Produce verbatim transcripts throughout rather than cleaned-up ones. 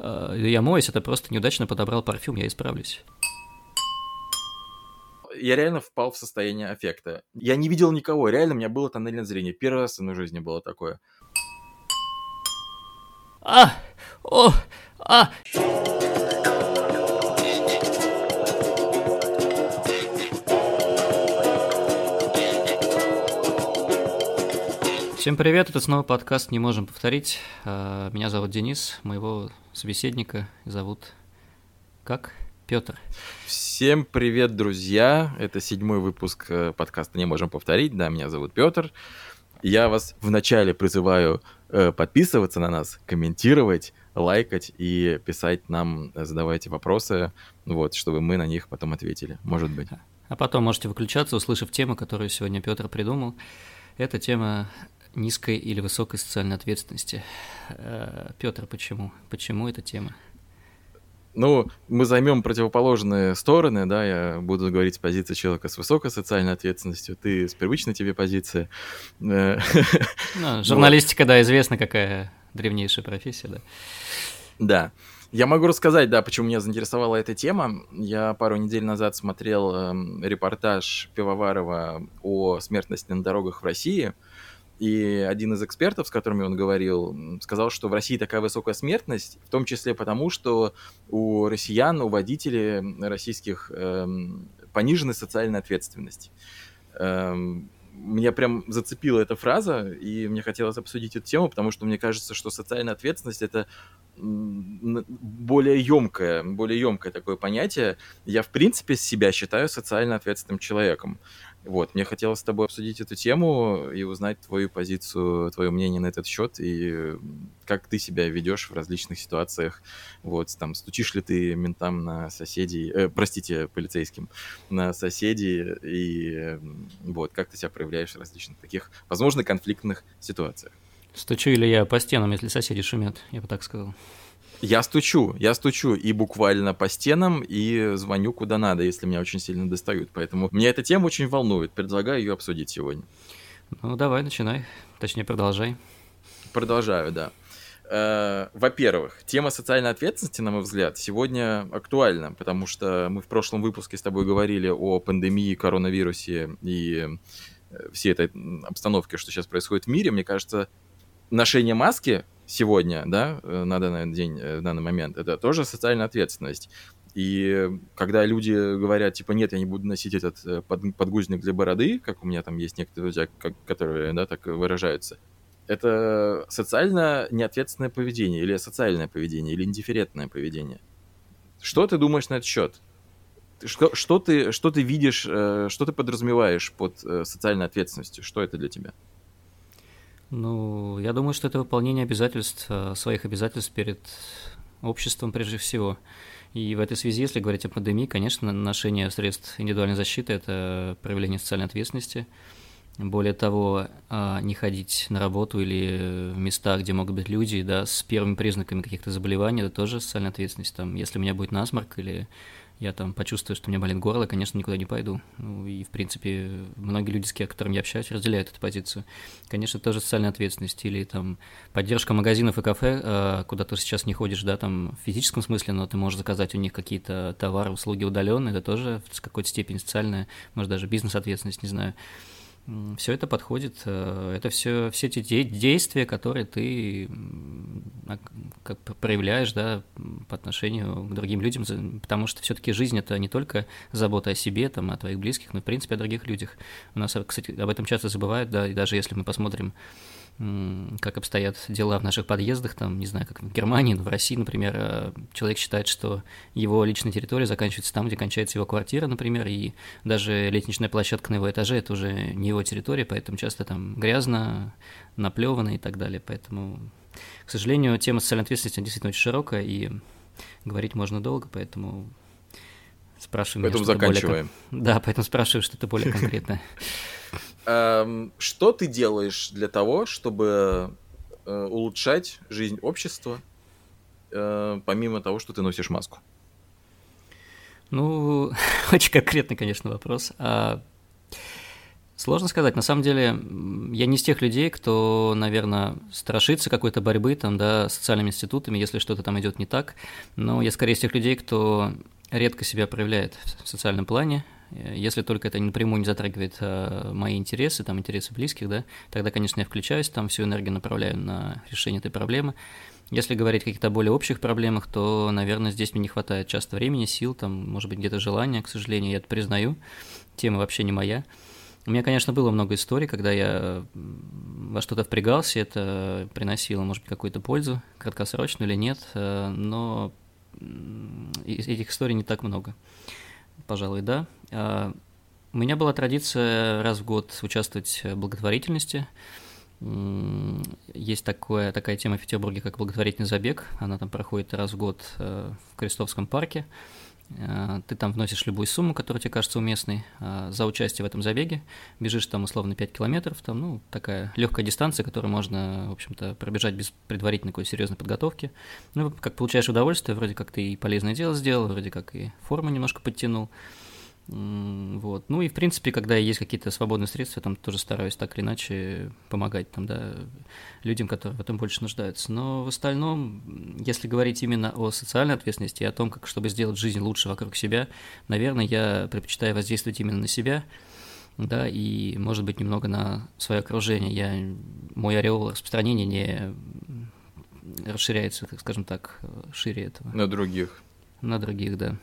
э, я моюсь, это просто неудачно подобрал парфюм, я исправлюсь. Я реально впал в состояние аффекта. Я не видел никого, реально у меня было тоннельное зрение. Первый раз в моей жизни было такое. А! О! А! Всем привет, это снова подкаст «Не можем повторить». Меня зовут Денис, моего собеседника зовут... Как? Петр. Всем привет, друзья! Это седьмой выпуск подкаста «Не можем повторить». Да, меня зовут Петр. Я вас вначале призываю э, подписываться на нас, комментировать, лайкать и писать нам, задавайте вопросы, вот, чтобы мы на них потом ответили, может быть. А потом можете выключаться, услышав тему, которую сегодня Петр придумал. Это тема низкой или высокой социальной ответственности. Петр, почему? Почему эта тема? Ну, мы займем противоположные стороны, да, я буду говорить с позиции человека с высокой социальной ответственностью, ты с привычной тебе позиции. Ну, журналистика, да, известна, какая древнейшая профессия, да. Да. Я могу рассказать, да, почему меня заинтересовала эта тема. Я пару недель назад смотрел э, репортаж Пивоварова о смертности на дорогах в России, и один из экспертов, с которыми он говорил, сказал, что в России такая высокая смертность, в том числе потому, что у россиян, у водителей российских эм, пониженная социальная ответственность. Эм, меня прям зацепила эта фраза, и мне хотелось обсудить эту тему, потому что мне кажется, что социальная ответственность — это более емкое, более емкое такое понятие. Я, в принципе, себя считаю социально ответственным человеком. Вот, мне хотелось с тобой обсудить эту тему и узнать твою позицию, твое мнение на этот счет, и как ты себя ведешь в различных ситуациях. Вот, там, стучишь ли ты ментам на соседей, э, простите, полицейским, на соседей, и вот, как ты себя проявляешь в различных таких, возможно, конфликтных ситуациях. Стучу ли я по стенам, если соседи шумят, я бы так сказал. Я стучу, я стучу и буквально по стенам, и звоню куда надо, если меня очень сильно достают. Поэтому меня эта тема очень волнует. Предлагаю ее обсудить сегодня. Ну, давай, начинай. Точнее, продолжай. Продолжаю, да. Э, во-первых, тема социальной ответственности, на мой взгляд, сегодня актуальна, потому что мы в прошлом выпуске с тобой говорили о пандемии, коронавирусе и всей этой обстановке, что сейчас происходит в мире. Мне кажется, ношение маски сегодня, да, на данный день, в данный момент, это тоже социальная ответственность. И когда люди говорят, типа, нет, я не буду носить этот подгузник для бороды, как у меня там есть некоторые друзья, которые, да, так выражаются, это социально неответственное поведение, или социальное поведение, или индифферентное поведение. Что ты думаешь на этот счет? Что, что, ты, что ты видишь, что ты подразумеваешь под социальной ответственностью? Что это для тебя? Ну, я думаю, что это выполнение обязательств, своих обязательств перед обществом прежде всего. И в этой связи, если говорить о пандемии, конечно, ношение средств индивидуальной защиты – это проявление социальной ответственности. Более того, не ходить на работу или в места, где могут быть люди, да, с первыми признаками каких-то заболеваний – это тоже социальная ответственность. Там, если у меня будет насморк или я там почувствую, что у меня болит горло, конечно, никуда не пойду. Ну, и, в принципе, многие люди, с которыми я общаюсь, разделяют эту позицию. Конечно, тоже социальная ответственность. Или там поддержка магазинов и кафе, куда ты сейчас не ходишь, да, там в физическом смысле, но ты можешь заказать у них какие-то товары, услуги удаленно. Это тоже в какой-то степени социальная, может, даже бизнес-ответственность, не знаю. Все это подходит, это все, все те действия, которые ты как проявляешь, да, по отношению к другим людям, потому что все-таки жизнь – это не только забота о себе, там, о твоих близких, но, в принципе, о других людях. У нас, кстати, об этом часто забывают, да, и даже если мы посмотрим, как обстоят дела в наших подъездах, там, не знаю, как в Германии, в России, например, человек считает, что его личная территория заканчивается там, где кончается его квартира, например, и даже лестничная площадка на его этаже – это уже не его территория, поэтому часто там грязно, наплевано и так далее. Поэтому, к сожалению, тема социальной ответственности действительно очень широкая, и говорить можно долго, поэтому спрашиваю меня поэтому что-то заканчиваем. более... Да, поэтому спрашиваю что-то более конкретное. Что ты делаешь для того, чтобы улучшать жизнь общества, помимо того, что ты носишь маску? Ну, очень конкретный, конечно, вопрос. Сложно сказать. На самом деле, м, я не из тех людей, кто, наверное, страшится какой-то борьбы там, да, с социальными институтами, если что-то там идет не так. Но я скорее из тех людей, кто редко себя проявляет в социальном плане. Э, Если только это напрямую не затрагивает э, мои интересы, там, интересы близких, да, тогда, конечно, я включаюсь, там всю энергию направляю на решение этой проблемы. Если говорить о каких-то более общих проблемах, то, наверное, здесь мне не хватает часто времени, сил, там, может быть, где-то желания, к сожалению, я это признаю. Тема вообще не моя. У меня, конечно, было много историй, когда я м, во что-то впрягался, это приносило, может быть, какую-то пользу, краткосрочную или нет, э, но м, и- этих историй не так много, пожалуй, да. А, У меня была традиция раз в год участвовать в благотворительности. М, Есть такое, такая тема в Петербурге, как благотворительный забег. Она там проходит раз в год э, в Крестовском парке. Э, Ты там вносишь любую сумму, которая тебе кажется уместной, э, за участие в этом забеге. Бежишь там условно пять километров, там, ну, такая легкая дистанция, которую можно, в общем-то, пробежать без предварительной какой-то серьезной подготовки. Ну, как получаешь удовольствие, вроде как ты и полезное дело сделал, вроде как и форму немножко подтянул. М, Вот. Ну и, в принципе, когда есть какие-то свободные средства, там тоже стараюсь так или иначе помогать там, да, людям, которые в этом больше нуждаются. Но в остальном, м, если говорить именно о социальной ответственности и о том, как чтобы сделать жизнь лучше вокруг себя, наверное, я предпочитаю воздействовать именно на себя, да, и, может быть, немного на свое окружение. Я, мой ореол распространения не м, расширяется, так скажем так, э, шире этого. На других. На других, да.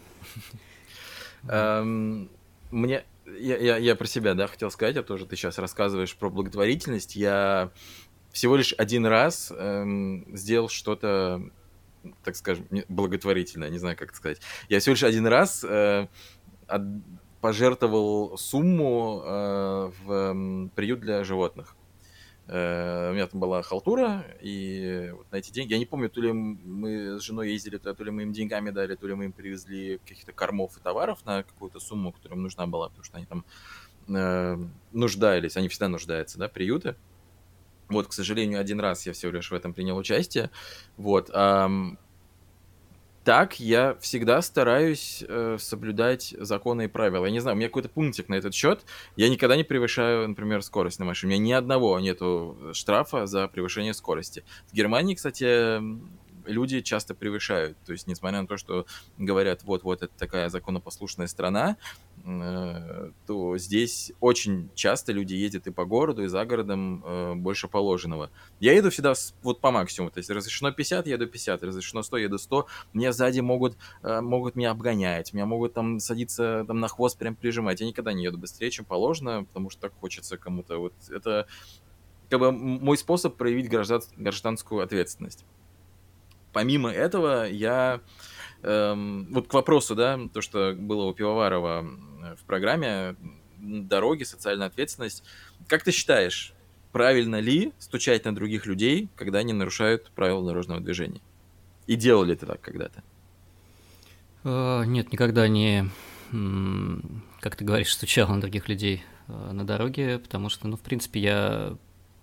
Эм, Мне, я, я, я про себя, да, хотел сказать, а тоже ты сейчас рассказываешь про благотворительность. Я всего лишь один раз эм, сделал что-то, так скажем, не- благотворительное, не знаю, как это сказать. Я всего лишь один раз э, от- пожертвовал сумму э, в м, приют для животных. Э, У меня там была халтура, и вот на эти деньги, я не помню, то ли мы с женой ездили туда, то ли мы им деньгами дали, то ли мы им привезли каких-то кормов и товаров на какую-то сумму, которая им нужна была, потому что они там э, нуждались, они всегда нуждаются, да, приюты. Вот, к сожалению, один раз я всего лишь в этом принял участие. Вот. ам, так я всегда стараюсь э, соблюдать законы и правила. Я не знаю, у меня какой-то пунктик на этот счет. Я никогда не превышаю, например, скорость на машине. У меня ни одного нету штрафа за превышение скорости. В Германии, кстати, м, люди часто превышают. То есть, несмотря на то, что говорят, вот-вот, это такая законопослушная страна, э, то здесь очень часто люди ездят и по городу, и за городом э, больше положенного. Я еду всегда с- вот по максимуму. То есть разрешено пятьдесят, еду пятьдесят, разрешено сто, еду сто. Мне сзади могут, э, могут меня обгонять, меня могут там садиться там на хвост, прям прижимать. Я никогда не еду быстрее, чем положено, потому что так хочется кому-то. Вот это как бы м- мой способ проявить граждан- гражданскую ответственность. Помимо этого, я эм, вот к вопросу, да, то, что было у Пивоварова м, в программе м, «Дороги. Социальная ответственность». Как ты считаешь, правильно ли стучать на других людей, когда они нарушают правила дорожного движения? И делали ты так когда-то? Э, Нет, никогда не, м, как ты говоришь, стучал на других людей э, на дороге, потому что, ну, в принципе, я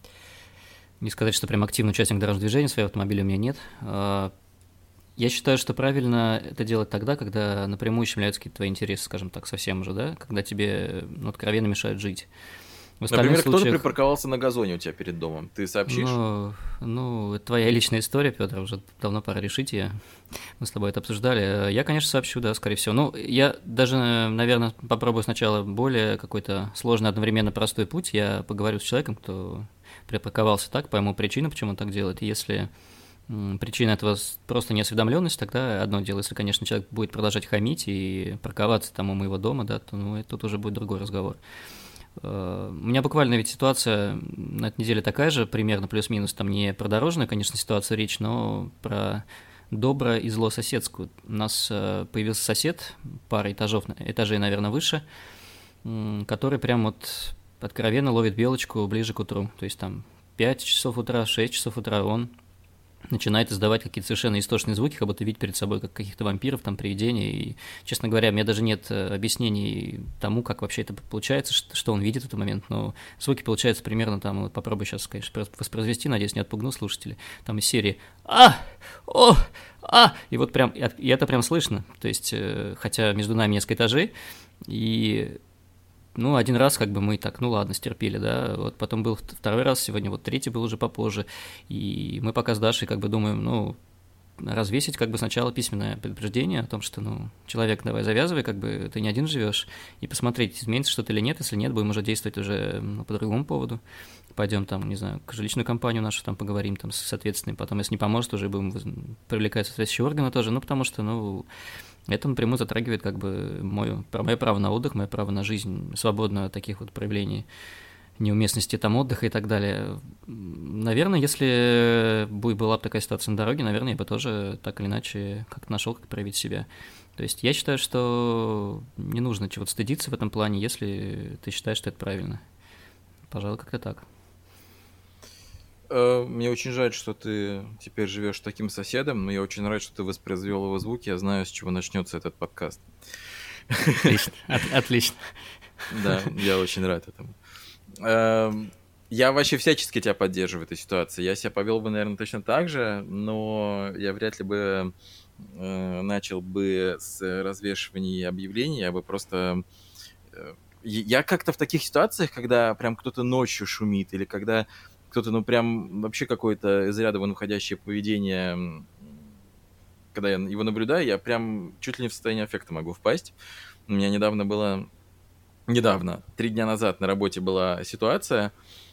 не сказать, что прям активный участник дорожного движения, своего автомобиля у меня нет. Э, Я считаю, что правильно это делать тогда, когда напрямую ущемляются какие-то твои интересы, скажем так, совсем уже, да, когда тебе, ну, откровенно мешают жить. В остальных Например, кто-то случаях, припарковался на газоне у тебя перед домом. Ты сообщишь? ну, ну, это твоя личная история, Петр, уже давно пора решить ее. Мы с тобой это обсуждали. Я, конечно, сообщу, да, скорее всего. Ну, я даже, наверное, попробую сначала более какой-то сложный, одновременно простой путь. Я поговорю с человеком, кто припарковался так, пойму причину, почему он так делает. И если м, причина этого с- просто неосведомленность, тогда одно дело, если, конечно, человек будет продолжать хамить и парковаться там у моего дома, да, то ну, это тут уже будет другой разговор. Э, У меня буквально ведь ситуация на этой неделе такая же, примерно плюс-минус, там не про дорожную, конечно, ситуацию речь, но про добро и зло соседскую. У нас э, появился сосед, пара этажов, этажей, наверное, выше, м, который прям вот откровенно ловит белочку ближе к утру. То есть там пять часов утра, шесть часов утра он начинает издавать какие-то совершенно истошные звуки, как будто видит перед собой как каких-то вампиров, там, привидений. И, честно говоря, у меня даже нет э, объяснений тому, как вообще это получается, что, что он видит в этот момент. Но звуки получаются примерно там, вот попробую сейчас, конечно, воспроизвести, надеюсь, не отпугну слушателей. Там из серии «А! О! А!» И вот прям, и это прям слышно. То есть, э, хотя между нами несколько этажей, и ну, один раз как бы мы так, ну ладно, стерпели, да, вот потом был второй раз сегодня, вот третий был уже попозже, и мы пока с Дашей как бы думаем, ну, развесить как бы сначала письменное предупреждение о том, что, ну, человек, давай завязывай, как бы ты не один живешь, и посмотреть, изменится что-то или нет, если нет, будем уже действовать уже ну, по другому поводу, пойдем там, не знаю, к жилищную компанию нашу там поговорим там с ответственной, потом, если не поможет, уже будем привлекать соответствующие органы тоже, ну, потому что, ну, это напрямую затрагивает как бы мое, мое право на отдых, мое право на жизнь, свободную от таких вот проявлений неуместности там отдыха и так далее. Наверное, если бы была бы такая ситуация на дороге, наверное, я бы тоже так или иначе как-то нашел, как проявить себя. То есть я считаю, что не нужно чего-то стыдиться в этом плане, если ты считаешь, что это правильно. Пожалуй, как-то так. Мне очень жаль, что ты теперь живешь таким соседом, но я очень рад, что ты воспроизвел его звуки. Я знаю, с чего начнется этот подкаст. Отлично, от- отлично. Да, я очень рад этому. Эм, Я вообще всячески тебя поддерживаю в этой ситуации. Я себя повел бы, наверное, точно так же, но я вряд ли бы э, начал бы с развешивания объявлений. Я бы просто... э, я я как-то в таких ситуациях, когда прям кто-то ночью шумит, или когда кто-то, ну, прям вообще какое-то из ряда вон выходящее поведение, м, когда я его наблюдаю, я прям чуть ли не в состояние аффекта могу впасть. У меня недавно было... Недавно, три дня назад на работе была ситуация.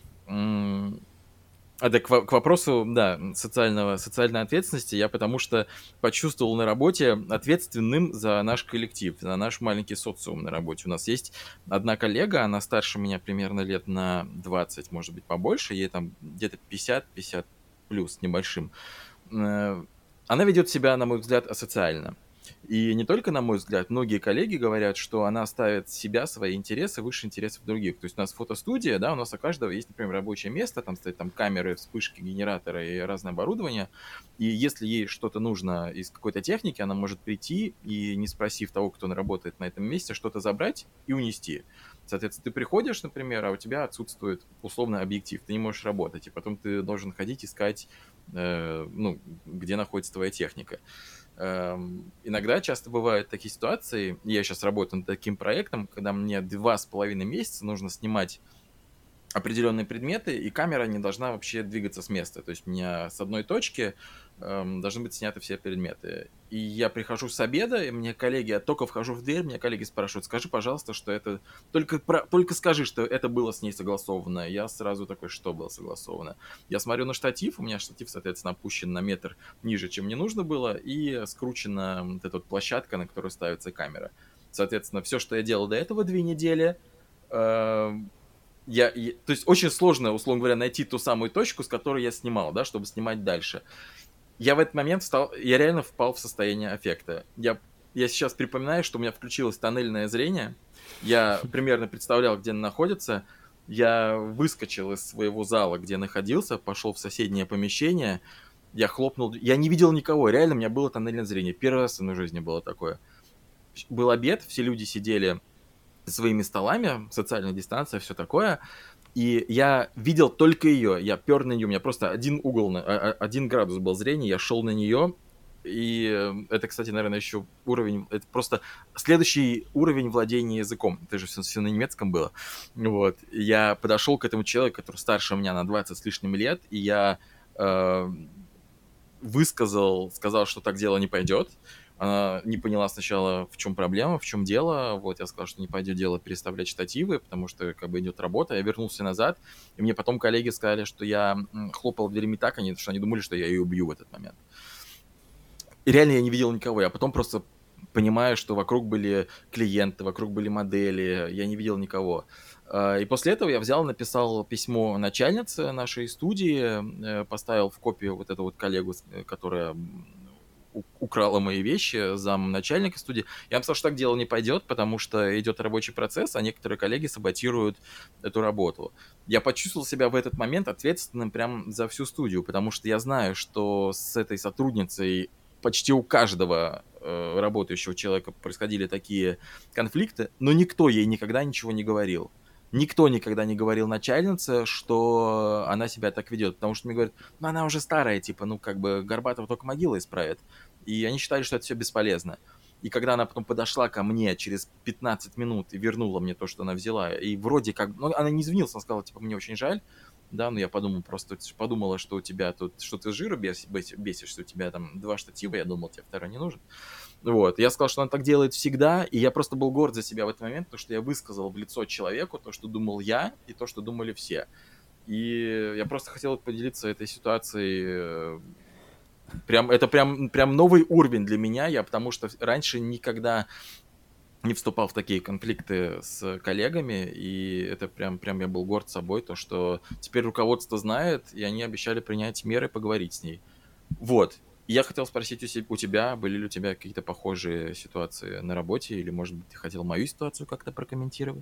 м, А да, к, во- к вопросу, да, социального, социальной ответственности, я потому что почувствовал на работе ответственным за наш коллектив, за наш маленький социум на работе. У нас есть одна коллега, она старше меня примерно лет на двадцать, может быть, побольше, ей там где-то пятьдесят пятьдесят плюс небольшим. Э, Она ведет себя, на мой взгляд, асоциально. И не только, на мой взгляд, многие коллеги говорят, что она ставит себя, свои интересы выше интересов других. То есть у нас фотостудия, да, у нас у каждого есть, например, рабочее место, там стоят там камеры, вспышки, генераторы и разное оборудование. И если ей что-то нужно из какой-то техники, она может прийти и, не спросив того, кто работает на этом месте, что-то забрать и унести. Соответственно, ты приходишь, например, а у тебя отсутствует условно объектив, ты не можешь работать, и потом ты должен ходить искать, э, ну, где находится твоя техника. Эм, иногда часто бывают такие ситуации, я сейчас работаю над таким проектом, когда мне два с половиной месяца нужно снимать определенные предметы, и камера не должна вообще двигаться с места. То есть у меня с одной точки эм, должны быть сняты все предметы. И я прихожу с обеда, и мне коллеги, я только вхожу в дверь, мне коллеги спрашивают, скажи, пожалуйста, что это... Только, про... только скажи, что это было с ней согласовано. Я сразу такой, что было согласовано? Я смотрю на штатив, у меня штатив, соответственно, опущен на метр ниже, чем мне нужно было, и скручена вот эта вот площадка, на которую ставится камера. Соответственно, все, что я делал до этого две недели, эм, я, я, то есть очень сложно, условно говоря, найти ту самую точку, с которой я снимал, да, чтобы снимать дальше. Я в этот момент встал, я реально впал в состояние аффекта. Я, я сейчас припоминаю, что у меня включилось тоннельное зрение. Я примерно представлял, где она находится. Я выскочил из своего зала, где находился, пошел в соседнее помещение. Я хлопнул, я не видел никого, реально у меня было тоннельное зрение. Первый раз в моей жизни было такое. Был обед, все люди сидели своими столами, социальная дистанция, все такое. И я видел только ее, я пер на нее, у меня просто один угол, на- а- а- один градус был зрения, я шел на нее, и э, это, кстати, наверное, еще уровень, это просто следующий уровень владения языком, это же все, все на немецком было, вот, я подошел к этому человеку, который старше меня на двадцать с лишним лет, и я э, высказал, сказал, что так дело не пойдет. Она не поняла сначала, в чем проблема, в чем дело. Вот я сказал, что не пойдет дело переставлять штативы, потому что как бы идет работа. Я вернулся назад, и мне потом коллеги сказали, что я м, хлопал дверями так, они, что они думали, что я ее убью в этот момент. И реально я не видел никого. Я потом просто понимаю, что вокруг были клиенты, вокруг были модели, я не видел никого. А, И после этого я взял, написал письмо начальнице нашей студии, э, поставил в копию вот эту вот коллегу, с- э, которая м, у- украла мои вещи, зам начальника студии. Я написал, что так дело не пойдет, потому что идет рабочий процесс, а некоторые коллеги саботируют эту работу. Я почувствовал себя в этот момент ответственным прям за всю студию, потому что я знаю, что с этой сотрудницей почти у каждого э, работающего человека происходили такие конфликты, но никто ей никогда ничего не говорил. Никто никогда не говорил начальнице, что она себя так ведет, потому что мне говорят, ну она уже старая, типа, ну как бы Горбатова только могила исправит. И они считали, что это все бесполезно. И когда она потом подошла ко мне через пятнадцать минут и вернула мне то, что она взяла, и вроде как... Ну, она не извинилась, она сказала, типа, мне очень жаль. Да, но я подумал, просто подумала, что у тебя тут, что ты жира бес, бесишь, что у тебя там два штатива, я думал, тебе второй не нужен. Вот, я сказал, что она так делает всегда, и я просто был горд за себя в этот момент, потому что я высказал в лицо человеку то, что думал я, и то, что думали все. И я просто хотел поделиться этой ситуацией. Прям, это прям, прям новый уровень для меня, я потому что раньше никогда не вступал в такие конфликты с коллегами, и это прям, прям я был горд собой, то, что теперь руководство знает, и они обещали принять меры, поговорить с ней. Вот. И я хотел спросить у, себя, у тебя, были ли у тебя какие-то похожие ситуации на работе, или, может быть, ты хотел мою ситуацию как-то прокомментировать?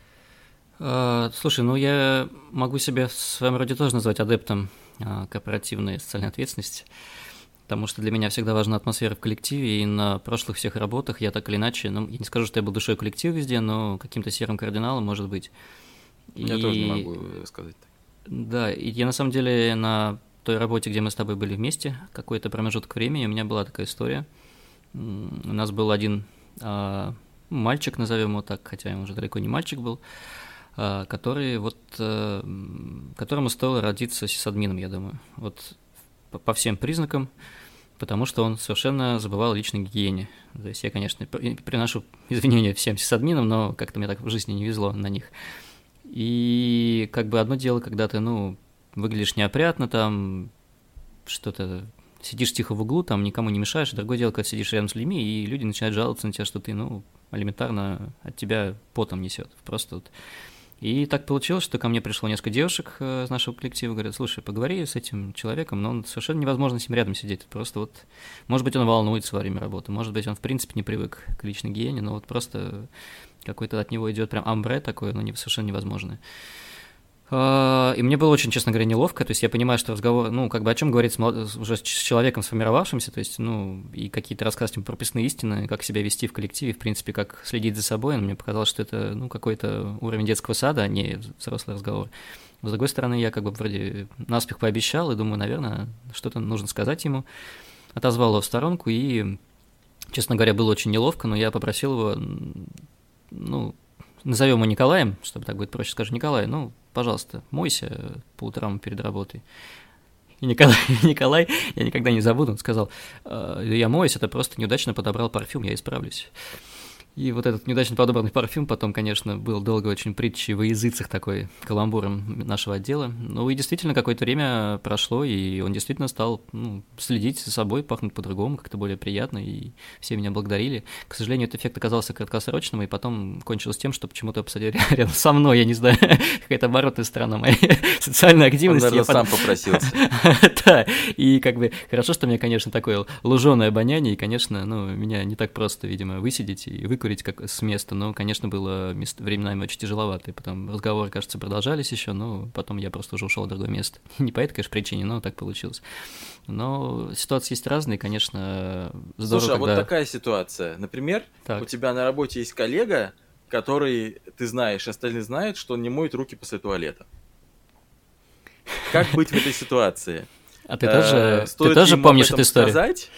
А, слушай, ну я могу себя в своем роде тоже назвать адептом а, корпоративной социальной ответственности, потому что для меня всегда важна атмосфера в коллективе, и на прошлых всех работах я так или иначе, ну, я не скажу, что я был душой коллектива везде, но каким-то серым кардиналом, может быть. Я и... тоже не могу сказать так. Да, и я на самом деле на той работе, где мы с тобой были вместе, какой-то промежуток времени, у меня была такая история. У нас был один а, мальчик, назовем его так, хотя он уже далеко не мальчик был, а, который вот, а, которому стоило родиться сисадмином, я думаю. Вот по, по всем признакам, потому что он совершенно забывал о личной гигиене. То есть я, конечно, приношу извинения всем сисадминам, но как-то мне так в жизни не везло на них. И как бы одно дело, когда ты, ну, выглядишь неопрятно, там, что-то, сидишь тихо в углу, там, никому не мешаешь, и другое дело, когда сидишь рядом с людьми, и люди начинают жаловаться на тебя, что ты, ну, элементарно от тебя потом несет, просто вот. И так получилось, что ко мне пришло несколько девушек из нашего коллектива, говорят, слушай, поговори с этим человеком, но он совершенно невозможно с ним рядом сидеть, просто вот, может быть, он волнуется во время работы, может быть, он, в принципе, не привык к личной гигиене, но вот просто какой-то от него идет прям амбре такое, ну, совершенно невозможное. И мне было очень, честно говоря, неловко, то есть я понимаю, что разговор, ну, как бы о чем говорить с, уже с человеком сформировавшимся, то есть, ну, и какие-то рассказывать прописные истины, как себя вести в коллективе, в принципе, как следить за собой, но мне показалось, что это, ну, какой-то уровень детского сада, а не взрослый разговор. С другой стороны, я как бы вроде наспех пообещал и думаю, наверное, что-то нужно сказать ему, отозвал его в сторонку и, честно говоря, было очень неловко, но я попросил его, ну, назовем его Николаем, чтобы так будет проще, скажу, Николай, ну, пожалуйста, мойся по утрам перед работой. И Николай, Николай, я никогда не забуду, он сказал, я моюсь, это просто неудачно подобрал парфюм, я исправлюсь. И вот этот неудачно подобранный парфюм потом, конечно, был долго очень притчей во языцах такой, каламбуром нашего отдела. Ну и действительно какое-то время прошло, и он действительно стал, ну, следить за собой, пахнуть по-другому, как-то более приятно, и все меня благодарили. К сожалению, этот эффект оказался краткосрочным, и потом кончилось тем, что почему-то посадили рядом со мной, я не знаю, какая-то оборотная сторона моей социальной активности. Он, наверное, сам попросился. Да, и как бы хорошо, что у меня, конечно, такое луженое обоняние, и, конечно, ну, меня не так просто, видимо, высидеть и выкурить как с места, но, конечно, было мест, временами очень тяжеловато, и потом разговоры, кажется, продолжались еще, но потом я просто уже ушел в другое место. Не по этой, конечно, причине, но так получилось. Но ситуации есть разные, конечно, здорово, Слушай, а когда... вот такая ситуация. Например, так. У тебя на работе есть коллега, который, ты знаешь, остальные знают, что он не моет руки после туалета. Как быть в этой ситуации? А ты тоже, ты тоже помнишь эту историю? Сказать?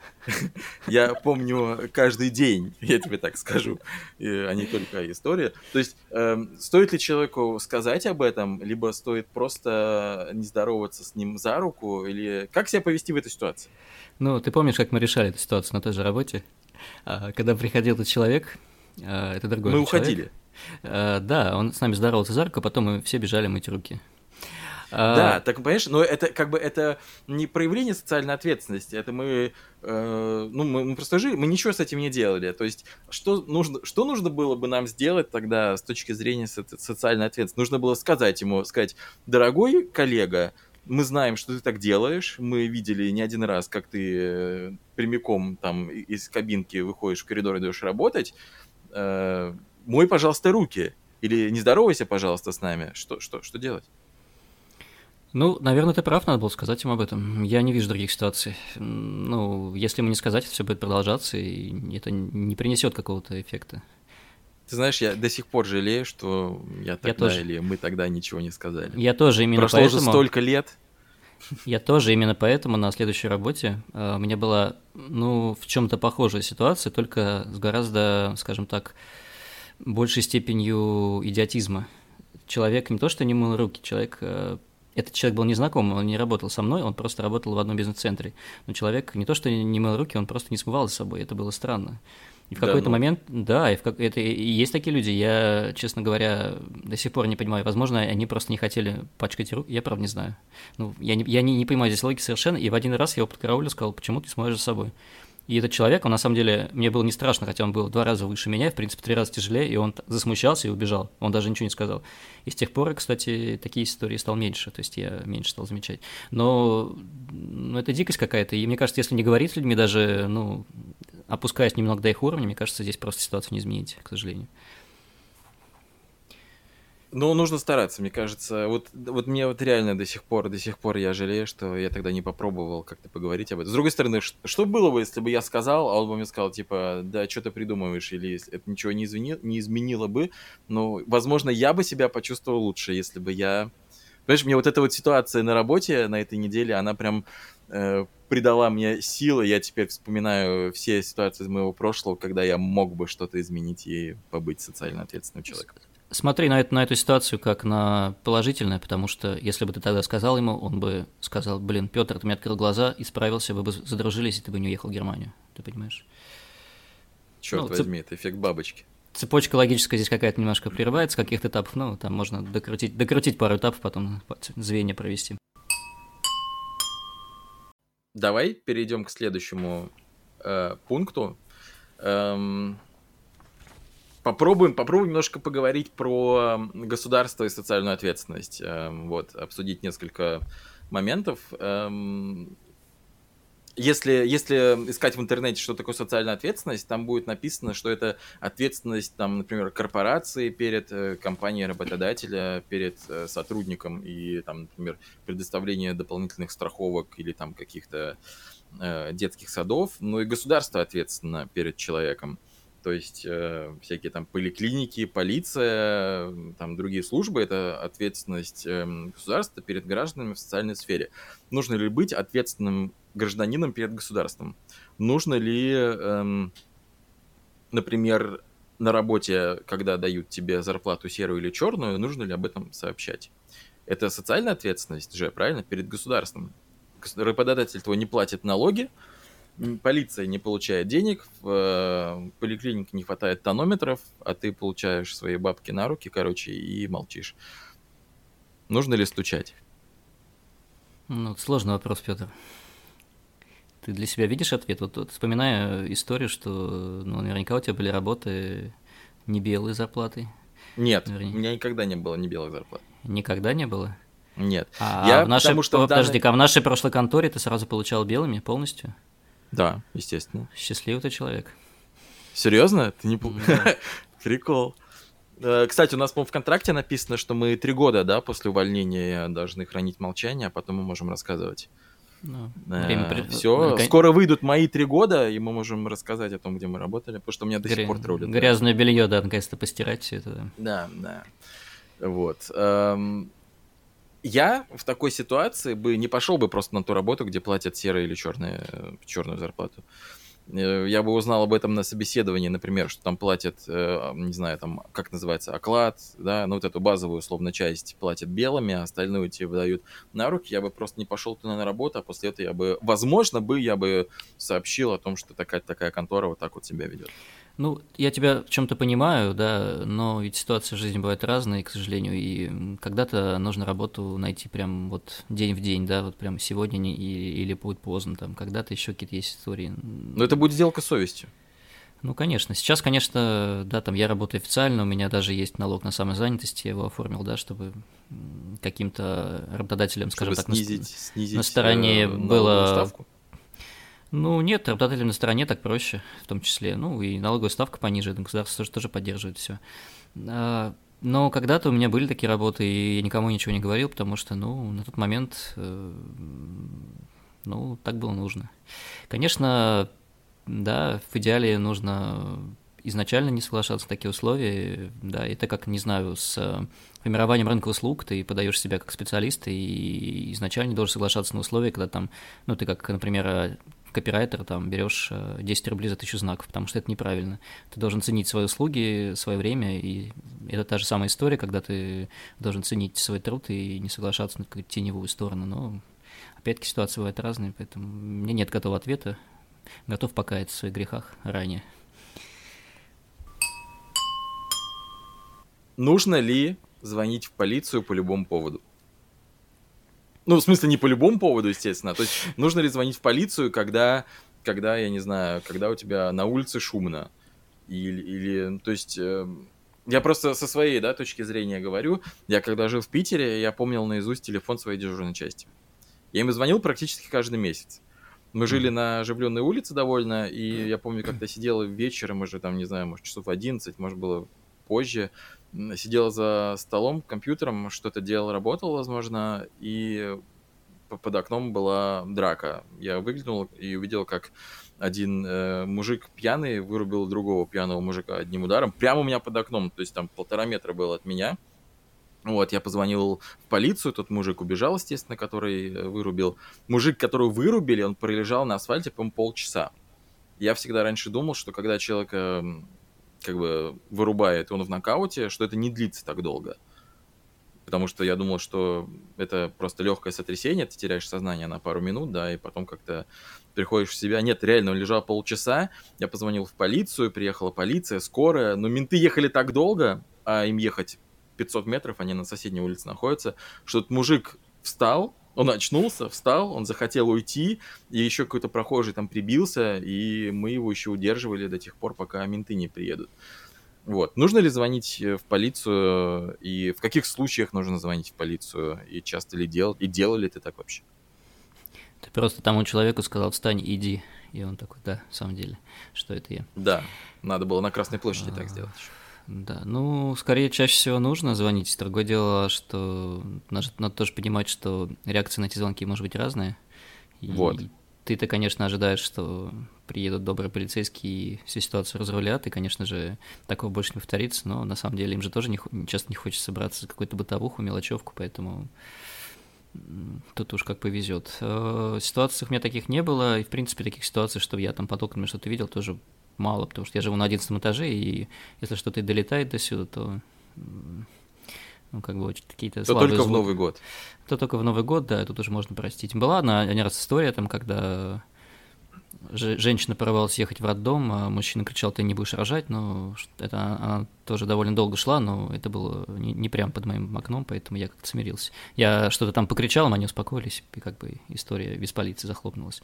Я помню каждый день, я тебе так скажу, а не только история. То есть, э, стоит ли человеку сказать об этом, либо стоит просто не здороваться с ним за руку, или как себя повести в этой ситуации? Ну, ты помнишь, как мы решали эту ситуацию на той же работе? Когда приходил этот человек, это другой Мы человек. уходили. Да, он с нами здоровался за руку, потом мы все бежали мыть руки. Да, а... так понимаешь, но это как бы это не проявление социальной ответственности, это мы, э, ну мы, мы просто жили, мы ничего с этим не делали. То есть что нужно, что нужно было бы нам сделать тогда с точки зрения со- социальной ответственности? Нужно было сказать ему, сказать, дорогой коллега, мы знаем, что ты так делаешь, мы видели не один раз, как ты прямиком там из кабинки выходишь в коридор и идешь работать, э, мой, пожалуйста, руки, или не здоровайся, пожалуйста, с нами, что, что, что делать? Ну, наверное, ты прав, надо было сказать им об этом. Я не вижу других ситуаций. Ну, если ему не сказать, это все будет продолжаться, и это не принесет какого-то эффекта. Ты знаешь, я до сих пор жалею, что я тогда я тоже. или мы тогда ничего не сказали. Я тоже именно Прошло поэтому... уже столько лет. Я тоже именно поэтому на следующей работе э, у меня была, ну, в чем-то похожая ситуация, только с гораздо, скажем так, большей степенью идиотизма. Человек не то что не мыл руки, человек... э, Этот человек был незнакомым, он не работал со мной, он просто работал в одном бизнес-центре. Но человек не то что не мыл руки, он просто не смывал за собой, это было странно. И в Да какой-то ну. момент, да, и, в как... это... и есть такие люди, я, честно говоря, до сих пор не понимаю, возможно, они просто не хотели пачкать руки, я правда не знаю. Ну, я не, я не, не понимаю здесь логики совершенно, и в один раз я его подкараулил, сказал, почему ты смоешь за собой. И этот человек, он на самом деле, мне было не страшно, хотя он был в два раза выше меня, в принципе, в три раза тяжелее, и он засмущался и убежал, он даже ничего не сказал. И с тех пор, кстати, такие истории стал меньше, то есть я меньше стал замечать. Но ну, это дикость какая-то, и мне кажется, если не говорить с людьми даже, ну, опускаясь немного до их уровня, мне кажется, здесь просто ситуацию не изменить, к сожалению. Ну, нужно стараться, мне кажется. Вот, вот мне вот реально до сих пор, до сих пор я жалею, что я тогда не попробовал как-то поговорить об этом. С другой стороны, ш- что было бы, если бы я сказал, а он бы мне сказал, типа, да, что ты придумываешь, или если это ничего не, извини- не изменило бы, но, возможно, я бы себя почувствовал лучше, если бы я... Понимаешь, мне вот эта вот ситуация на работе на этой неделе, она прям э, придала мне силы. Я теперь вспоминаю все ситуации из моего прошлого, когда я мог бы что-то изменить и побыть социально ответственным человеком. Смотри на, это, на эту ситуацию как на положительное, потому что если бы ты тогда сказал ему, он бы сказал, блин, Петр, ты мне открыл глаза, исправился, вы бы задружились, и ты бы не уехал в Германию, ты понимаешь? Черт Ну, возьми, это эффект бабочки. Цепочка логическая здесь какая-то немножко прерывается, с каких-то этапов, ну, там можно докрутить, докрутить пару этапов, потом звенья провести. Давай перейдем к следующему э, пункту. Эм, попробуем, попробуем немножко поговорить про государство и социальную ответственность. Эм, вот, обсудить несколько моментов. Эм, Если, если искать в интернете, что такое социальная ответственность, там будет написано, что это ответственность, там, например, корпорации перед э, компанией работодателя, перед э, сотрудником и, там, например, предоставление дополнительных страховок или там каких-то э, детских садов. Ну и государство ответственно перед человеком. То есть э, всякие там поликлиники, полиция, там другие службы — это ответственность э, государства перед гражданами в социальной сфере. Нужно ли быть ответственным гражданином перед государством? Нужно ли, эм, например, на работе, когда дают тебе зарплату серую или черную, нужно ли об этом сообщать? Это социальная ответственность же, правильно, перед государством. Работодатель твой не платит налоги, полиция не получает денег, в э, поликлинике не хватает тонометров, а ты получаешь свои бабки на руки, короче, и молчишь. Нужно ли стучать? Ну, это сложный вопрос, Петр. Ты для себя видишь ответ? Вот, вот вспоминая историю, что ну, наверняка у тебя были работы не белые зарплаты. Нет, Вернее. у меня никогда не было ни белых зарплат. Никогда не было? Нет. А, Я, в нашей, потому что в подожди, данной... а в нашей прошлой конторе ты сразу получал белыми полностью? Да, естественно. Счастливый ты человек. Серьезно? Ты не... Да. Прикол. Э, Кстати, у нас, по-моему, в контракте написано, что мы три года, да, после увольнения должны хранить молчание, а потом мы можем рассказывать. Ну, время при- Все, Га- скоро выйдут мои три года, и мы можем рассказать о том, где мы работали, потому что у меня до сих гря- пор троллят. Грязное белье, да, наконец-то постирать все это. Да, да. Вот. Эм, Я в такой ситуации бы не пошел бы просто на ту работу, где платят серую или черную, черную зарплату. Э, Я бы узнал об этом на собеседовании, например, что там платят, э, не знаю, там, как называется, оклад, да, ну вот эту базовую, условно, часть платят белыми, а остальную тебе выдают на руки. Я бы просто не пошел туда на работу, а после этого я бы, возможно, бы я бы сообщил о том, что такая такая контора вот так вот себя ведет. Ну, я тебя в чем-то понимаю, да, но ведь ситуации в жизни бывают разные, к сожалению, и когда-то нужно работу найти прям вот день в день, да, вот прям сегодня не, и- или будет поздно, там, когда-то еще какие-то есть истории. Но это будет сделка с совестью. Ну, конечно. Сейчас, конечно, да, там я работаю официально, у меня даже есть налог на самозанятость, я его оформил, да, чтобы м, каким-то работодателям, скажем Чтобы так, на ст- снизить, снизить на стороне э, налоговую было... ставку. Ну, нет, работодателям на стороне так проще, в том числе. Ну, и налоговая ставка пониже, государство тоже, тоже поддерживает все. Но когда-то у меня были такие работы, и я никому ничего не говорил, потому что, ну, на тот момент, э, ну, так было нужно. Конечно, да, в идеале нужно изначально не соглашаться на такие условия, да, это как, не знаю, с э, формированием рынка услуг, ты подаешь себя как специалист и изначально не должен соглашаться на условия, когда там, ну, ты как, например, э, копирайтер, там, берешь э, десять рублей за тысячу знаков, потому что это неправильно. Ты должен ценить свои услуги, свое время, и это та же самая история, когда ты должен ценить свой труд и не соглашаться на какую-то теневую сторону, но, опять-таки, ситуации бывают разные, поэтому у меня нет готового ответа, готов покаяться в своих грехах ранее. Нужно ли звонить в полицию по любому поводу? Ну, в смысле, не по любому поводу, естественно. То есть, нужно ли звонить в полицию, когда, когда я не знаю, когда у тебя на улице шумно? Или, или то есть, э, я просто со своей, да, точки зрения говорю. Я когда жил в Питере, я помнил наизусть телефон своей дежурной части. Я им звонил практически каждый месяц. Мы жили на оживленной улице довольно, и я помню, как-то сидела вечером, уже там, не знаю, может, часов одиннадцать, может, было позже, сидела за столом, компьютером, что-то делал, работал, возможно, и под окном была драка. Я выглянул и увидел, как один э, мужик пьяный вырубил другого пьяного мужика одним ударом прямо у меня под окном, то есть там полтора метра было от меня. Вот, я позвонил в полицию, тот мужик убежал, естественно, который вырубил. Мужик, которого вырубили, он пролежал на асфальте, по-моему, полчаса. Я всегда раньше думал, что когда человека как бы вырубает, и он в нокауте, что это не длится так долго. Потому что я думал, что это просто легкое сотрясение, ты теряешь сознание на пару минут, да, и потом как-то приходишь в себя. Нет, реально, он лежал полчаса, я позвонил в полицию, приехала полиция, скорая, но менты ехали так долго, а им ехать пятьсот метров, они на соседней улице находятся, что этот мужик встал, он очнулся, встал, он захотел уйти, и еще какой-то прохожий там прибился, и мы его еще удерживали до тех пор, пока менты не приедут. Вот. Нужно ли звонить в полицию, и в каких случаях нужно звонить в полицию, и часто ли делать, и делали ли ты так вообще? Ты просто тому человеку сказал: встань, иди, и он такой: да, в самом деле, что это я? Да, надо было на Красной площади а, так сделать еще. Да, ну, скорее, чаще всего нужно звонить. Другое дело, что надо, надо тоже понимать, что реакция на эти звонки может быть разная. И вот. Ты-то, конечно, ожидаешь, что приедут добрые полицейские и всю ситуацию разрулят, и, конечно же, такого больше не повторится, но на самом деле им же тоже не, часто не хочется браться за какую-то бытовуху, мелочевку, поэтому тут уж как повезет. Ситуаций у меня таких не было, и, в принципе, таких ситуаций, что я там под окнами что-то видел, тоже мало, потому что я живу на одиннадцатом этаже, и если что-то и долетает до сюда, то... Ну, как бы очень какие-то слабые То только звуки. в Новый год. То только в Новый год, да, тут уже можно простить. Была одна один раз история, там, когда ж- женщина порывалась ехать в роддом, а мужчина кричал: ты не будешь рожать, но это она тоже довольно долго шла, но это было не, не прям под моим окном, поэтому я как-то смирился. Я что-то там покричал, они успокоились, и как бы история без полиции захлопнулась.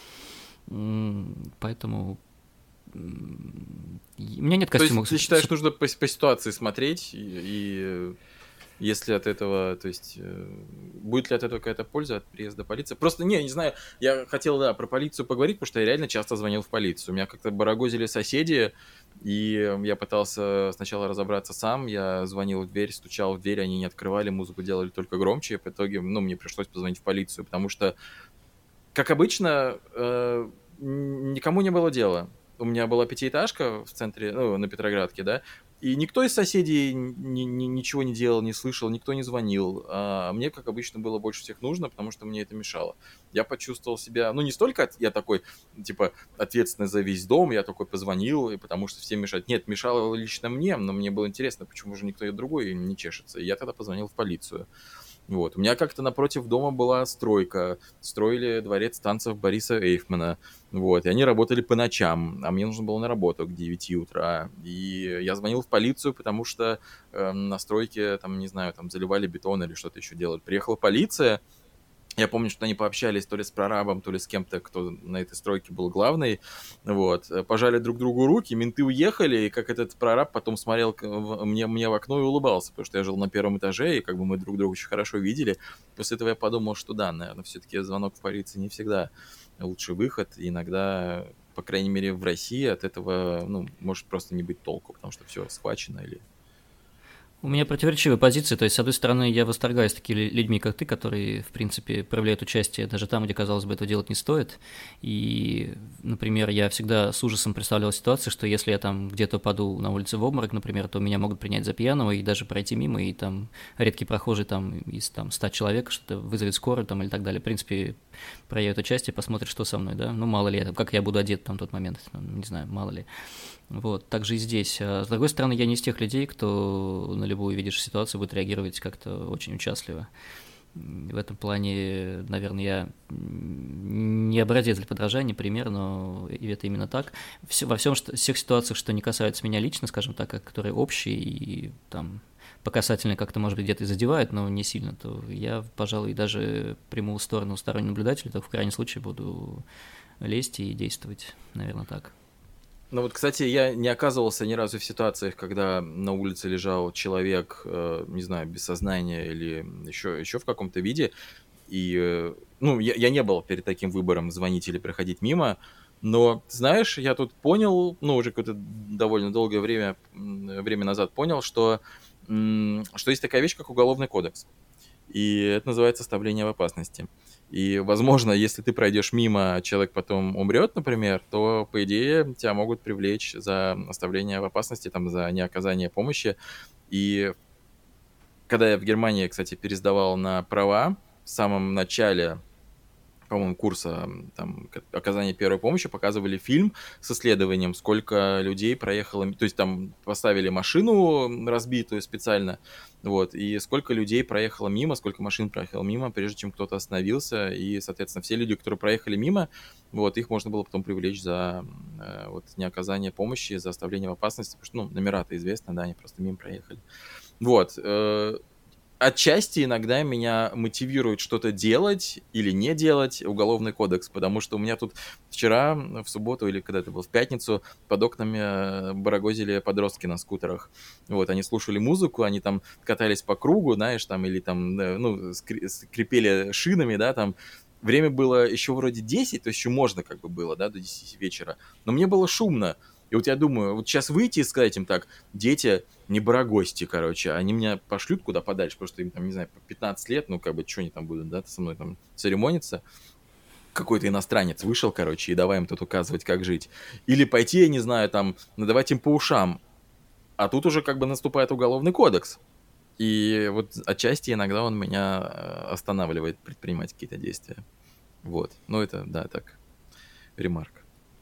Поэтому... У меня нет костюма. То есть ты считаешь, с... нужно по, по ситуации смотреть, и, и если от этого, то есть, будет ли от этого какая-то польза от приезда полиции? Просто, не, не знаю, я хотел, да, про полицию поговорить, потому что я реально часто звонил в полицию. Меня как-то барагозили соседи, и я пытался сначала разобраться сам, я звонил в дверь, стучал в дверь, они не открывали, музыку делали только громче, и в итоге, ну, мне пришлось позвонить в полицию, потому что, как обычно, э, никому не было дела. У меня была пятиэтажка в центре, ну, на Петроградке, да, и никто из соседей ни, ни, ничего не делал, не слышал, никто не звонил. А мне, как обычно, было больше всех нужно, потому что мне это мешало. Я почувствовал себя, ну, не столько я такой, типа, ответственный за весь дом, я такой позвонил, и потому что всем мешать. Нет, мешало лично мне, но мне было интересно, почему же никто другой не чешется. И я тогда позвонил в полицию. Вот. У меня как-то напротив дома была стройка. Строили дворец танцев Бориса Эйфмана. Вот. И они работали по ночам. А мне нужно было на работу к девяти утра. И я звонил в полицию, потому что э, на стройке, там, не знаю, там заливали бетон или что-то еще делали. Приехала полиция. Я помню, что они пообщались то ли с прорабом, то ли с кем-то, кто на этой стройке был главный. Вот. Пожали друг другу руки, менты уехали, и как этот прораб потом смотрел мне, мне в окно и улыбался, потому что я жил на первом этаже, и как бы мы друг друга очень хорошо видели. После этого я подумал, что да, наверное, все-таки звонок в полицию не всегда лучший выход. И иногда, по крайней мере, в России от этого, ну, может просто не быть толку, потому что все схвачено или... У меня противоречивые позиции, то есть, с одной стороны, я восторгаюсь такими людьми, как ты, которые, в принципе, проявляют участие даже там, где, казалось бы, этого делать не стоит. И, например, я всегда с ужасом представлял ситуацию, что если я там где-то паду на улице в обморок, например, то меня могут принять за пьяного и даже пройти мимо, и там редкий прохожий там из там, ста человек что-то вызовет скорую там или так далее. В принципе, проявит участие, посмотрит, что со мной, да. Ну, мало ли, как я буду одет там в тот момент, не знаю, мало ли. Вот, также и здесь. А с другой стороны, я не из тех людей, кто на любую, видишь, ситуацию будет реагировать как-то очень участливо. В этом плане, наверное, я не образец для подражания, пример, но и это именно так. Все, во всем, что, всех ситуациях, что не касаются меня лично, скажем так, а которые общие и там по касательной как-то, может быть, где-то и задевают, но не сильно, то я, пожалуй, даже приму сторону стороннего наблюдателя, то в крайнем случае буду лезть и действовать, наверное, так. Ну вот, кстати, я не оказывался ни разу в ситуациях, когда на улице лежал человек, э, не знаю, без сознания или еще, еще в каком-то виде. И, э, ну, я, я не был перед таким выбором, звонить или проходить мимо. Но, знаешь, я тут понял, ну, уже какое-то довольно долгое время, время назад понял, что, что есть такая вещь, как Уголовный кодекс. И это называется оставление в опасности. И, возможно, если ты пройдешь мимо, а человек потом умрет, например, то, по идее, тебя могут привлечь за оставление в опасности, там, за неоказание помощи. И когда я в Германии, кстати, пересдавал на права, в самом начале, по-моему, курса там, оказания первой помощи показывали фильм с исследованием, сколько людей проехало, то есть там поставили машину разбитую специально, вот, и сколько людей проехало мимо, сколько машин проехало мимо, прежде чем кто-то остановился, и, соответственно, все люди, которые проехали мимо, вот, их можно было потом привлечь за э, вот, неоказание помощи, за оставление в опасности, потому что, ну, номера-то известны, да, они просто мимо проехали. Вот, э, отчасти иногда меня мотивирует что-то делать или не делать Уголовный кодекс, потому что у меня тут вчера, в субботу или когда это было, в пятницу, под окнами барагозили подростки на скутерах. Вот, они слушали музыку, они там катались по кругу, знаешь, там, или там, ну, скрипели шинами, да, там. Время было еще вроде десять, то есть еще можно как бы было, да, до десяти вечера, но мне было шумно. И вот я думаю, вот сейчас выйти и сказать им так: дети, не барагости, короче, они меня пошлют куда подальше, потому что им там, не знаю, по пятнадцать лет, ну, как бы, что они там будут, да, со мной там церемониться. Какой-то иностранец вышел, короче, и давай им тут указывать, как жить. Или пойти, я не знаю, там, надавать им по ушам. А тут уже как бы наступает Уголовный кодекс. И вот отчасти иногда он меня останавливает предпринимать какие-то действия. Вот. Ну, это, да, так, ремарка.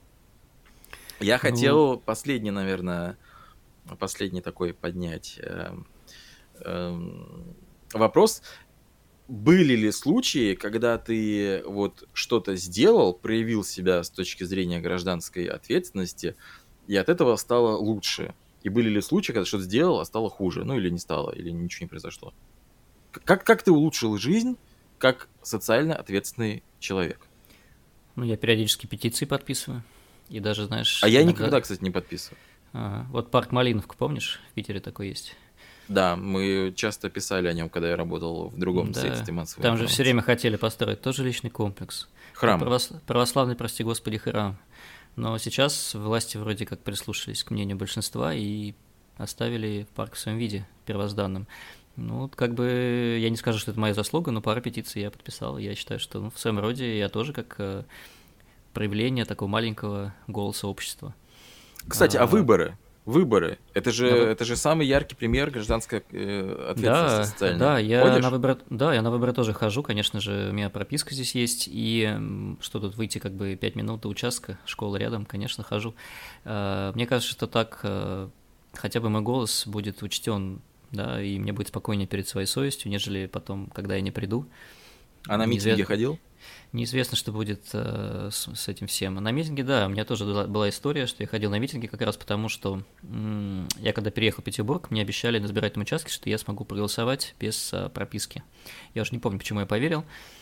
Я хотел ну... последний, наверное, последний такой поднять э, э, вопрос. Были ли случаи, когда ты вот что-то сделал, проявил себя с точки зрения гражданской ответственности, и от этого стало лучше? И были ли случаи, когда что-то сделал, а стало хуже? Ну, или не стало, или ничего не произошло? Как, как ты улучшил жизнь как социально ответственный человек? Ну, я периодически петиции подписываю. И даже, знаешь... А я иногда... никогда, кстати, не подписываю. Ага. Вот парк Малиновка, помнишь? В Питере такой есть. Да, мы часто писали о нем, когда я работал в другом да. средстве массовой Там информации. же все время хотели построить тоже жилищный комплекс. Храм. Правос... Православный, прости господи, храм. Но сейчас власти вроде как прислушались к мнению большинства и оставили парк в своем виде, первозданном. Ну, как бы, я не скажу, что это моя заслуга, но пару петиций я подписал. Я считаю, что ну, в своем роде я тоже как проявление такого маленького голоса общества. Кстати, а, а выборы? Выборы. Это же, да, это же самый яркий пример гражданской э, ответственности да, социальной. Да, я на выборы, да, я на выборы тоже хожу, конечно же, у меня прописка здесь есть, и что тут выйти как бы пять минут до участка, школа рядом, конечно, хожу. Мне кажется, что так хотя бы мой голос будет учтен, да, и мне будет спокойнее перед своей совестью, нежели потом, когда я не приду. А на митинге ходил? Неизвестно, что будет э, с, с этим всем. На митинге, да, у меня тоже была, была история, что я ходил на митинги как раз потому, что м- я когда переехал в Петербург, мне обещали на избирательном участке, что я смогу проголосовать без э, прописки. Я уже не помню, почему я поверил.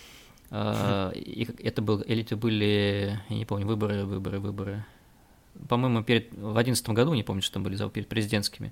Э, и это был, или это были, я не помню, выборы, выборы, выборы. По-моему, перед, в две тысячи одиннадцатом году, не помню, что там были, перед президентскими.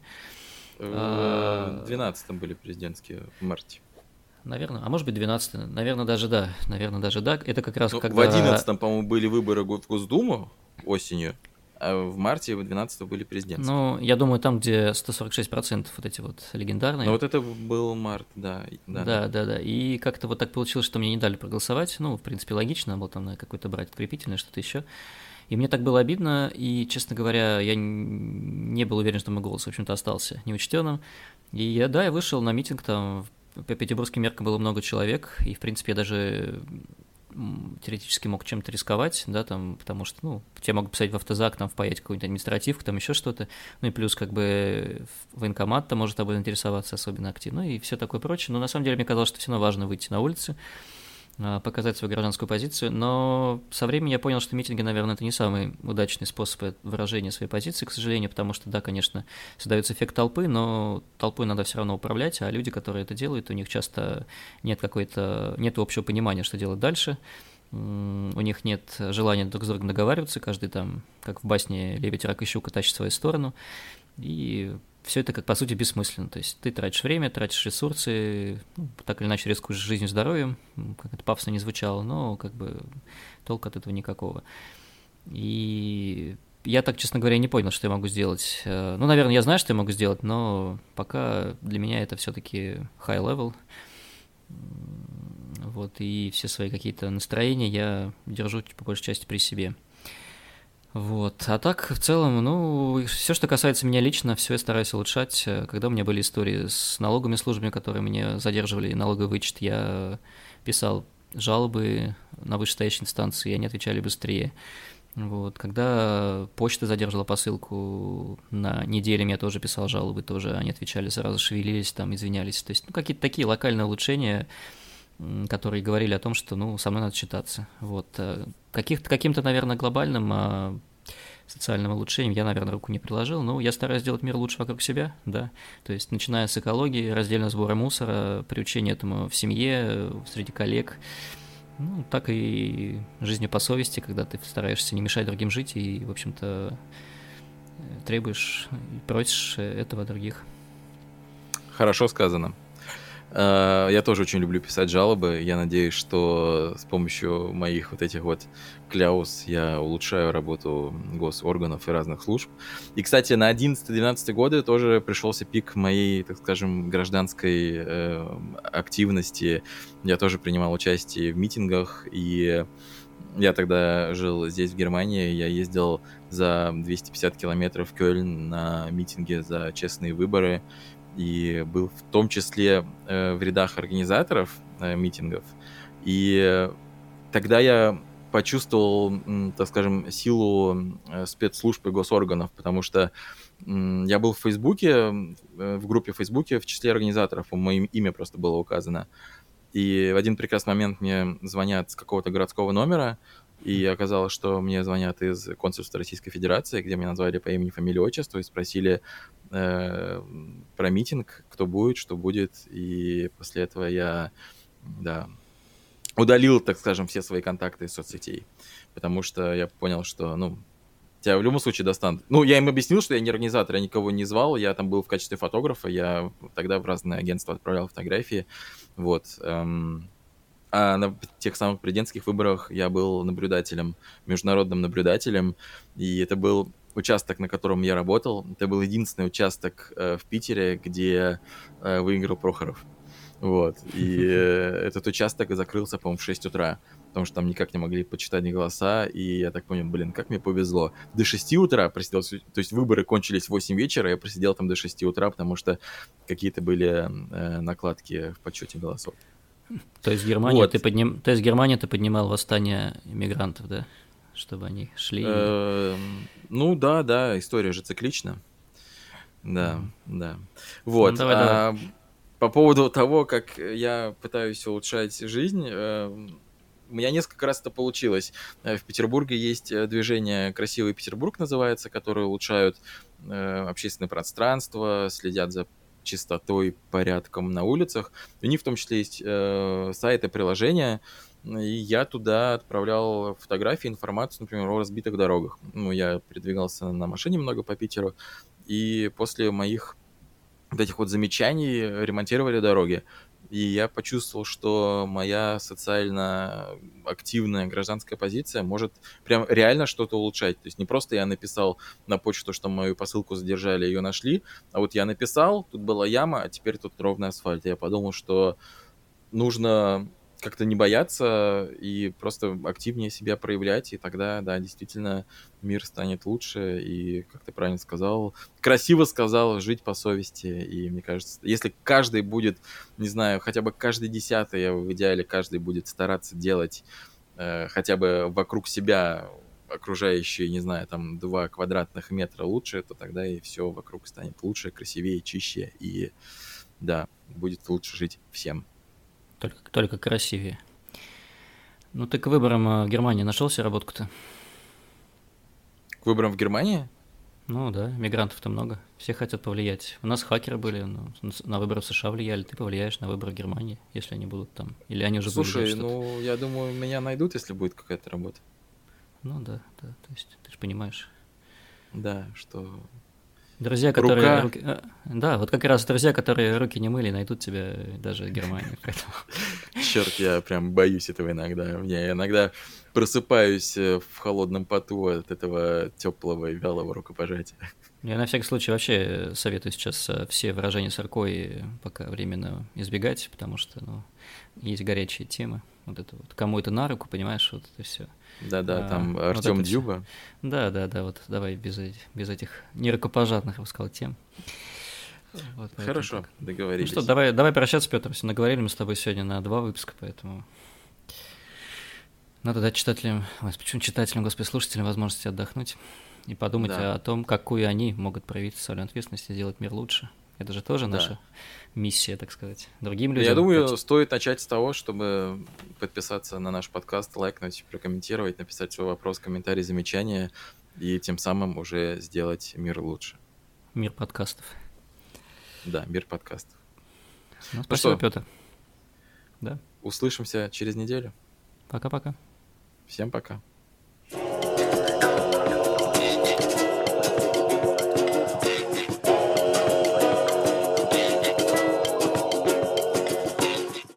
В две тысячи двенадцатом были президентские в марте. Наверное, а может быть двенадцатый, наверное, даже да, наверное, даже да. Это как раз ну, когда... В одиннадцатом, по-моему, были выборы в Госдуму осенью. а в марте двенадцатого были президентские. Ну, я думаю, там, где сто сорок шесть процентов вот эти вот легендарные. Ну, вот это был март, да. Да, да, да, да. И как-то вот так получилось, что мне не дали проголосовать. Ну, в принципе, логично, было там на какой-то брать открепительное, что-то еще. И мне так было обидно, и, честно говоря, я не был уверен, что мой голос, в общем-то, остался неучтенным. И я, да, я вышел на митинг, там по петербургским меркам было много человек, и, в принципе, я даже теоретически мог чем-то рисковать, да, там, потому что, ну, тебя могут писать в автозак, там, впаять какую-нибудь административку, там, еще что-то, ну, и плюс, как бы, военкомат-то может тобой интересоваться особенно активно, ну, и все такое прочее, но на самом деле мне казалось, что все равно важно выйти на улицу, показать свою гражданскую позицию, но со временем я понял, что митинги, наверное, это не самый удачный способ выражения своей позиции, к сожалению, потому что, да, конечно, создается эффект толпы, но толпой надо все равно управлять, а люди, которые это делают, у них часто нет какой-то, нет общего понимания, что делать дальше, у них нет желания друг с другом договариваться, каждый там, как в басне «Лебедь, рак и щука» тащит в свою сторону, и все это, как по сути, бессмысленно. То есть ты тратишь время, тратишь ресурсы, ну, так или иначе рискуешь жизнью, здоровьем, как это пафосно не звучало, но как бы толка от этого никакого. И я так, честно говоря, не понял, что я могу сделать. Ну, наверное, я знаю, что я могу сделать, но пока для меня это все-таки high level. Вот, и все свои какие-то настроения я держу по большей части при себе. Вот. А так, в целом, ну, все, что касается меня лично, все я стараюсь улучшать. Когда у меня были истории с налоговыми службами, которые мне задерживали налоговый вычет, я писал жалобы на вышестоящие инстанции, и они отвечали быстрее. Вот. Когда почта задержала посылку на неделю, я тоже писал жалобы, тоже они отвечали сразу, шевелились, там, извинялись. То есть, ну, какие-то такие локальные улучшения, которые говорили о том, что, ну, со мной надо считаться. Вот. Каких-то, каким-то, наверное, глобальным социальным улучшением я, наверное, руку не приложил, но я стараюсь сделать мир лучше вокруг себя, да, то есть начиная с экологии, раздельного сбора мусора, приучения этому в семье, среди коллег, ну, так и жизнью по совести, когда ты стараешься не мешать другим жить и, в общем-то, требуешь и просишь этого от других. Хорошо сказано. Я тоже очень люблю писать жалобы. Я надеюсь, что с помощью моих вот этих вот кляус я улучшаю работу госорганов и разных служб. И, кстати, на одиннадцатый-двенадцатый годы тоже пришелся пик моей, так скажем, гражданской э, активности. Я тоже принимал участие в митингах, и я тогда жил здесь, в Германии. Я ездил за двести пятьдесят километров в Кёльн на митинге за честные выборы. И был в том числе э, в рядах организаторов э, митингов. И э, тогда я почувствовал, м, так скажем, силу э, спецслужб и госорганов, потому что м, я был в Фейсбуке, э, в группе в Фейсбуке в числе организаторов, мое имя просто было указано. И в один прекрасный момент мне звонят с какого-то городского номера, и оказалось, что мне звонят из консульства Российской Федерации, где меня назвали по имени, фамилии, отчеству и спросили э, про митинг, кто будет, что будет. И после этого я, да, удалил, так скажем, все свои контакты из соцсетей, потому что я понял, что, ну, тебя в любом случае достанут. Ну, я им объяснил, что я не организатор, я никого не звал, я там был в качестве фотографа, я тогда в разные агентства отправлял фотографии, вот. Эм, а на тех самых президентских выборах я был наблюдателем, международным наблюдателем, и это был участок, на котором я работал. Это был единственный участок э, в Питере, где э, выиграл Прохоров. Вот. И э, этот участок закрылся, по-моему, в шесть утра, потому что там никак не могли почитать голоса, и я так понял, блин, как мне повезло. До шести утра просидел, то есть выборы кончились в восемь вечера, я просидел там до шести утра, потому что какие-то были э, накладки в подсчете голосов. То есть Германия, вот. ты подним... То есть Германия ты поднимал восстание иммигрантов, да? Чтобы они шли. Ну да, да, история же циклична. Да, да. Вот. По поводу того, как я пытаюсь улучшать жизнь, у меня несколько раз это получилось. В Петербурге есть движение «Красивый Петербург» называется, которые улучшают общественное пространство, следят за чистотой, порядком на улицах. У них в том числе есть э, сайты, приложения, и я туда отправлял фотографии, информацию, например, о разбитых дорогах. Ну, я передвигался на машине много по Питеру, и после моих вот этих вот замечаний ремонтировали дороги. и я почувствовал, что моя социально активная гражданская позиция может прям реально что-то улучшать. То есть не просто я написал на почту, что мою посылку задержали, ее нашли, а вот я написал, тут была яма, а теперь тут ровный асфальт. Я подумал, что нужно как-то не бояться и просто активнее себя проявлять, и тогда, да, действительно мир станет лучше, и, как ты правильно сказал, красиво сказал, жить по совести, и мне кажется, если каждый будет, не знаю, хотя бы каждый десятый, а в идеале каждый будет стараться делать э, хотя бы вокруг себя окружающие, не знаю, там, два квадратных метра лучше, то тогда и все вокруг станет лучше, красивее, чище, и, да, будет лучше жить всем. Только, только красивее. Ну ты к выборам в Германии нашел себе работку-то? К выборам в Германии? Ну да, мигрантов-то много. Все хотят повлиять. У нас хакеры были, но на выборы в США влияли. Ты повлияешь на выборы в Германии, если они будут там. Или они уже Слушай, были. ну я думаю, меня найдут, если будет какая-то работа. Ну да, да, то есть ты же понимаешь. Да, что... Друзья, которые... Рука... Руки... Да, вот как раз друзья, которые руки не мыли, найдут тебя даже в Германии. Черт, я прям боюсь этого иногда. Я иногда просыпаюсь в холодном поту от этого теплого и вялого рукопожатия. Я на всякий случай вообще советую сейчас все выражения с рукой пока временно избегать, потому что, ну, есть горячие темы. Вот это вот, кому это на руку, понимаешь, вот это все. Да-да, а, там Артем вот Дзюба. Да, да, да, вот давай без, без этих нерукопожатных, я бы сказал, тем. Вот, хорошо, так. Договорились. Ну что, давай, давай прощаться, Петр. Все наговорили мы с тобой сегодня на два выпуска, поэтому надо дать читателям, почему читателям, господи, слушателям возможность отдохнуть и подумать да. о том, какую они могут проявить социальную ответственность и сделать мир лучше. Это же тоже да. наша миссия, так сказать. Другим людям. Я думаю, как... стоит начать с того, чтобы подписаться на наш подкаст, лайкнуть, прокомментировать, написать свой вопрос, комментарий, замечание, и тем самым уже сделать мир лучше. Мир подкастов. Да, мир подкастов. Ну, спасибо, ну Петр. Да. Услышимся через неделю. Пока-пока. Всем пока.